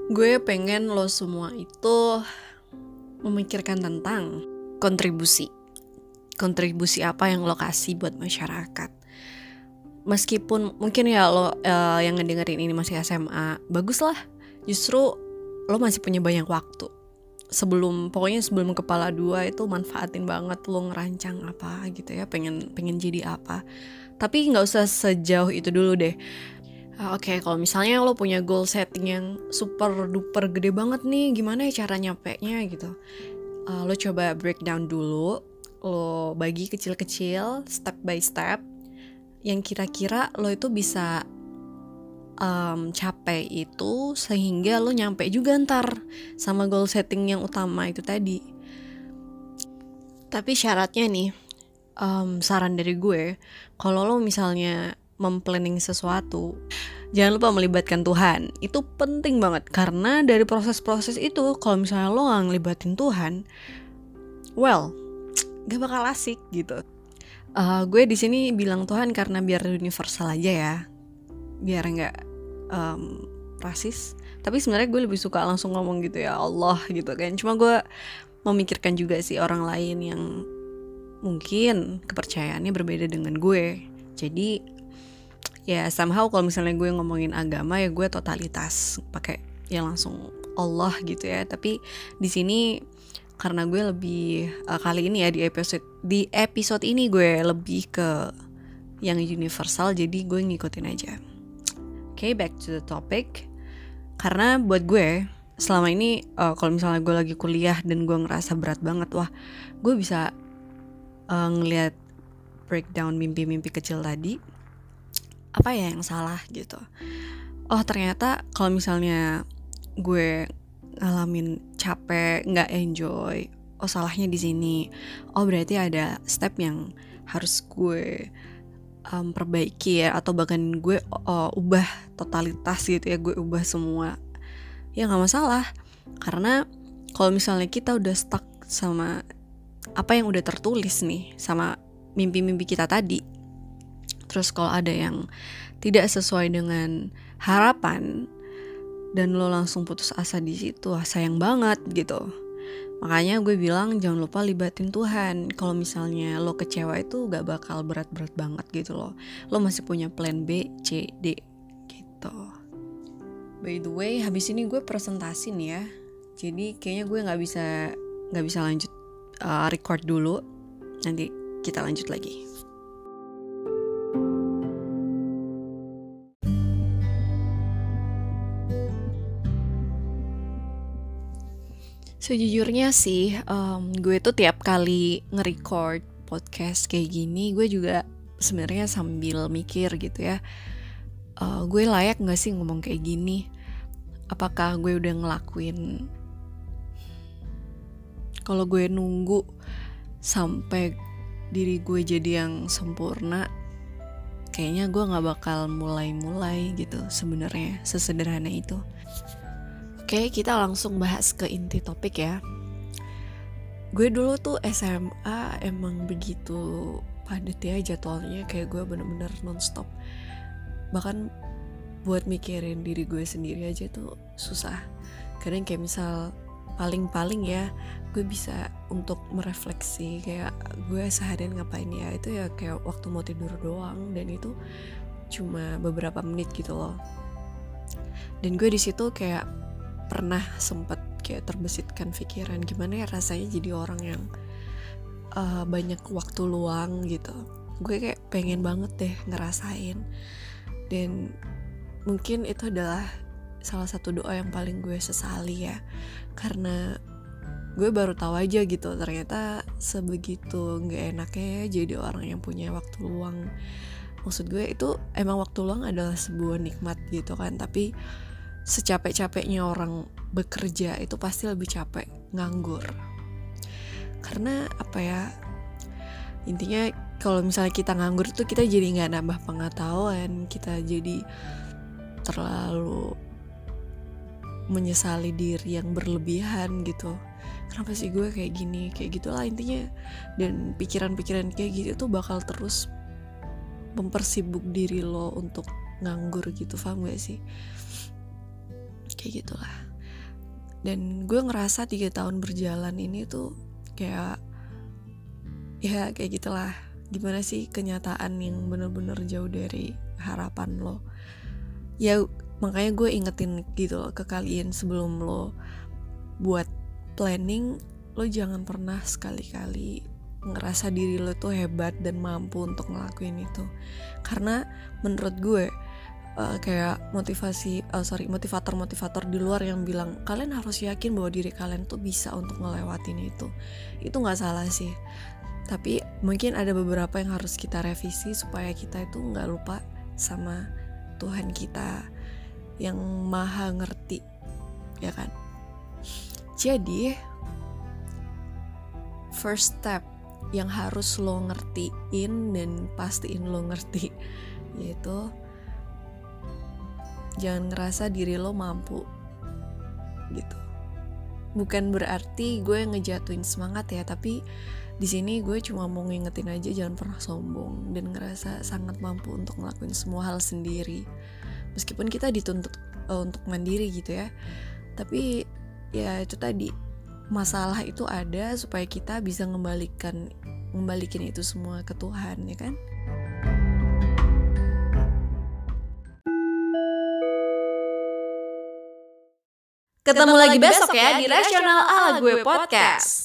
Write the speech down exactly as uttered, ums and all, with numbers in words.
Gue pengen lo semua itu memikirkan tentang kontribusi. Kontribusi apa yang lo kasih buat masyarakat. Meskipun mungkin ya lo uh, yang ngedengerin ini masih S M A, bagus lah. Justru lo masih punya banyak waktu. Sebelum pokoknya sebelum kepala dua itu manfaatin banget lo ngerancang apa gitu ya, pengen pengen jadi apa. Tapi nggak usah sejauh itu dulu deh. Oke, okay, kalau misalnya lo punya goal setting yang super duper gede banget nih, gimana ya cara nyampe-nya gitu. Uh, lo coba breakdown dulu, lo bagi kecil-kecil, step by step, yang kira-kira lo itu bisa um, capai itu sehingga lo nyampe juga ntar sama goal setting yang utama itu tadi. Tapi syaratnya nih, um, saran dari gue, kalau lo misalnya memplanning sesuatu, jangan lupa melibatkan Tuhan. Itu penting banget karena dari proses-proses itu kalau misalnya lo gak ngelibatin Tuhan, well, gak bakal asik gitu. Uh, gue di sini bilang Tuhan karena biar universal aja ya, biar nggak um, rasis. Tapi sebenarnya gue lebih suka langsung ngomong gitu ya Allah gitu kan. Cuma gue memikirkan juga sih orang lain yang mungkin kepercayaannya berbeda dengan gue. Jadi ya somehow kalau misalnya gue ngomongin agama ya gue totalitas pakai ya langsung Allah gitu ya. Tapi di sini karena gue lebih uh, kali ini ya di episode di episode ini gue lebih ke yang universal, jadi gue ngikutin aja. Oke, okay, back to the topic. Karena buat gue selama ini uh, kalau misalnya gue lagi kuliah dan gue ngerasa berat banget, wah gue bisa uh, ngelihat breakdown mimpi-mimpi kecil tadi. Apa ya yang salah gitu. Oh ternyata kalau misalnya gue ngalamin capek, nggak enjoy, oh salahnya di sini. Oh berarti ada step yang harus gue um, perbaiki ya, atau bahkan gue uh, ubah totalitas gitu ya, gue ubah semua. Ya nggak masalah, karena kalau misalnya kita udah stuck sama apa yang udah tertulis nih, sama mimpi-mimpi kita tadi, terus kalau ada yang tidak sesuai dengan harapan dan lo langsung putus asa di situ, ah, sayang banget gitu. Makanya gue bilang jangan lupa libatin Tuhan. Kalau misalnya lo kecewa itu gak bakal berat-berat banget gitu loh. Lo masih punya plan B, C, D gitu. By the way, habis ini gue presentasi nih ya. Jadi kayaknya gue gak bisa gak bisa lanjut uh, record dulu. Nanti kita lanjut lagi. Sejujurnya sih, um, gue tuh tiap kali nge-record podcast kayak gini, gue juga sebenarnya sambil mikir gitu ya, uh, gue layak nggak sih ngomong kayak gini? Apakah gue udah ngelakuin? Kalau gue nunggu sampai diri gue jadi yang sempurna, kayaknya gue nggak bakal mulai-mulai gitu sebenarnya, sesederhana itu. Oke, kita langsung bahas ke inti topik ya. Gue dulu tuh S M A emang begitu padat ya jadwalnya, kayak gue bener-bener nonstop. Bahkan buat mikirin diri gue sendiri aja tuh susah. Kadang kayak misal paling-paling ya, gue bisa untuk merefleksi kayak gue seharian ngapain ya, itu ya kayak waktu mau tidur doang, dan itu cuma beberapa menit gitu loh. Dan gue di situ kayak pernah sempet kayak terbesitkan pikiran gimana ya rasanya jadi orang yang uh, banyak waktu luang gitu. Gue kayak pengen banget deh ngerasain, dan mungkin itu adalah salah satu doa yang paling gue sesali ya, karena gue baru tahu aja gitu ternyata sebegitu nggak enaknya ya jadi orang yang punya waktu luang. Maksud gue itu emang waktu luang adalah sebuah nikmat gitu kan, tapi secapek-capeknya orang bekerja itu pasti lebih capek nganggur. Karena apa ya, intinya kalau misalnya kita nganggur tuh kita jadi gak nambah pengetahuan, kita jadi terlalu menyesali diri yang berlebihan gitu. Kenapa sih gue kayak gini, kayak gitulah intinya. Dan pikiran-pikiran kayak gitu tuh bakal terus mempersibuk diri lo untuk nganggur gitu, paham gak sih? Kayak gitulah. Dan gue ngerasa tiga tahun berjalan ini tuh kayak ya kayak gitulah. Gimana sih kenyataan yang bener-bener jauh dari harapan lo. Ya makanya gue ingetin gitu loh ke kalian, sebelum lo buat planning, lo jangan pernah sekali-kali ngerasa diri lo tuh hebat dan mampu untuk ngelakuin itu. Karena menurut gue uh, kayak motivasi uh, sorry motivator-motivator di luar yang bilang kalian harus yakin bahwa diri kalian tuh bisa untuk ngelewatin itu, itu nggak salah sih. Tapi mungkin ada beberapa yang harus kita revisi supaya kita itu nggak lupa sama Tuhan kita yang maha ngerti, ya kan? Jadi first step yang harus lo ngertiin dan pastiin lo ngerti, yaitu jangan ngerasa diri lo mampu gitu. Bukan berarti gue ngejatuhin semangat ya, tapi di sini gue cuma mau ngingetin aja jangan pernah sombong dan ngerasa sangat mampu untuk ngelakuin semua hal sendiri. Meskipun kita dituntut uh, untuk mandiri gitu ya, tapi ya itu tadi, masalah itu ada supaya kita bisa ngembalikan ngembalikin itu semua ke Tuhan, ya kan? Ketemu lagi besok ya di Rasional ala gue Podcast.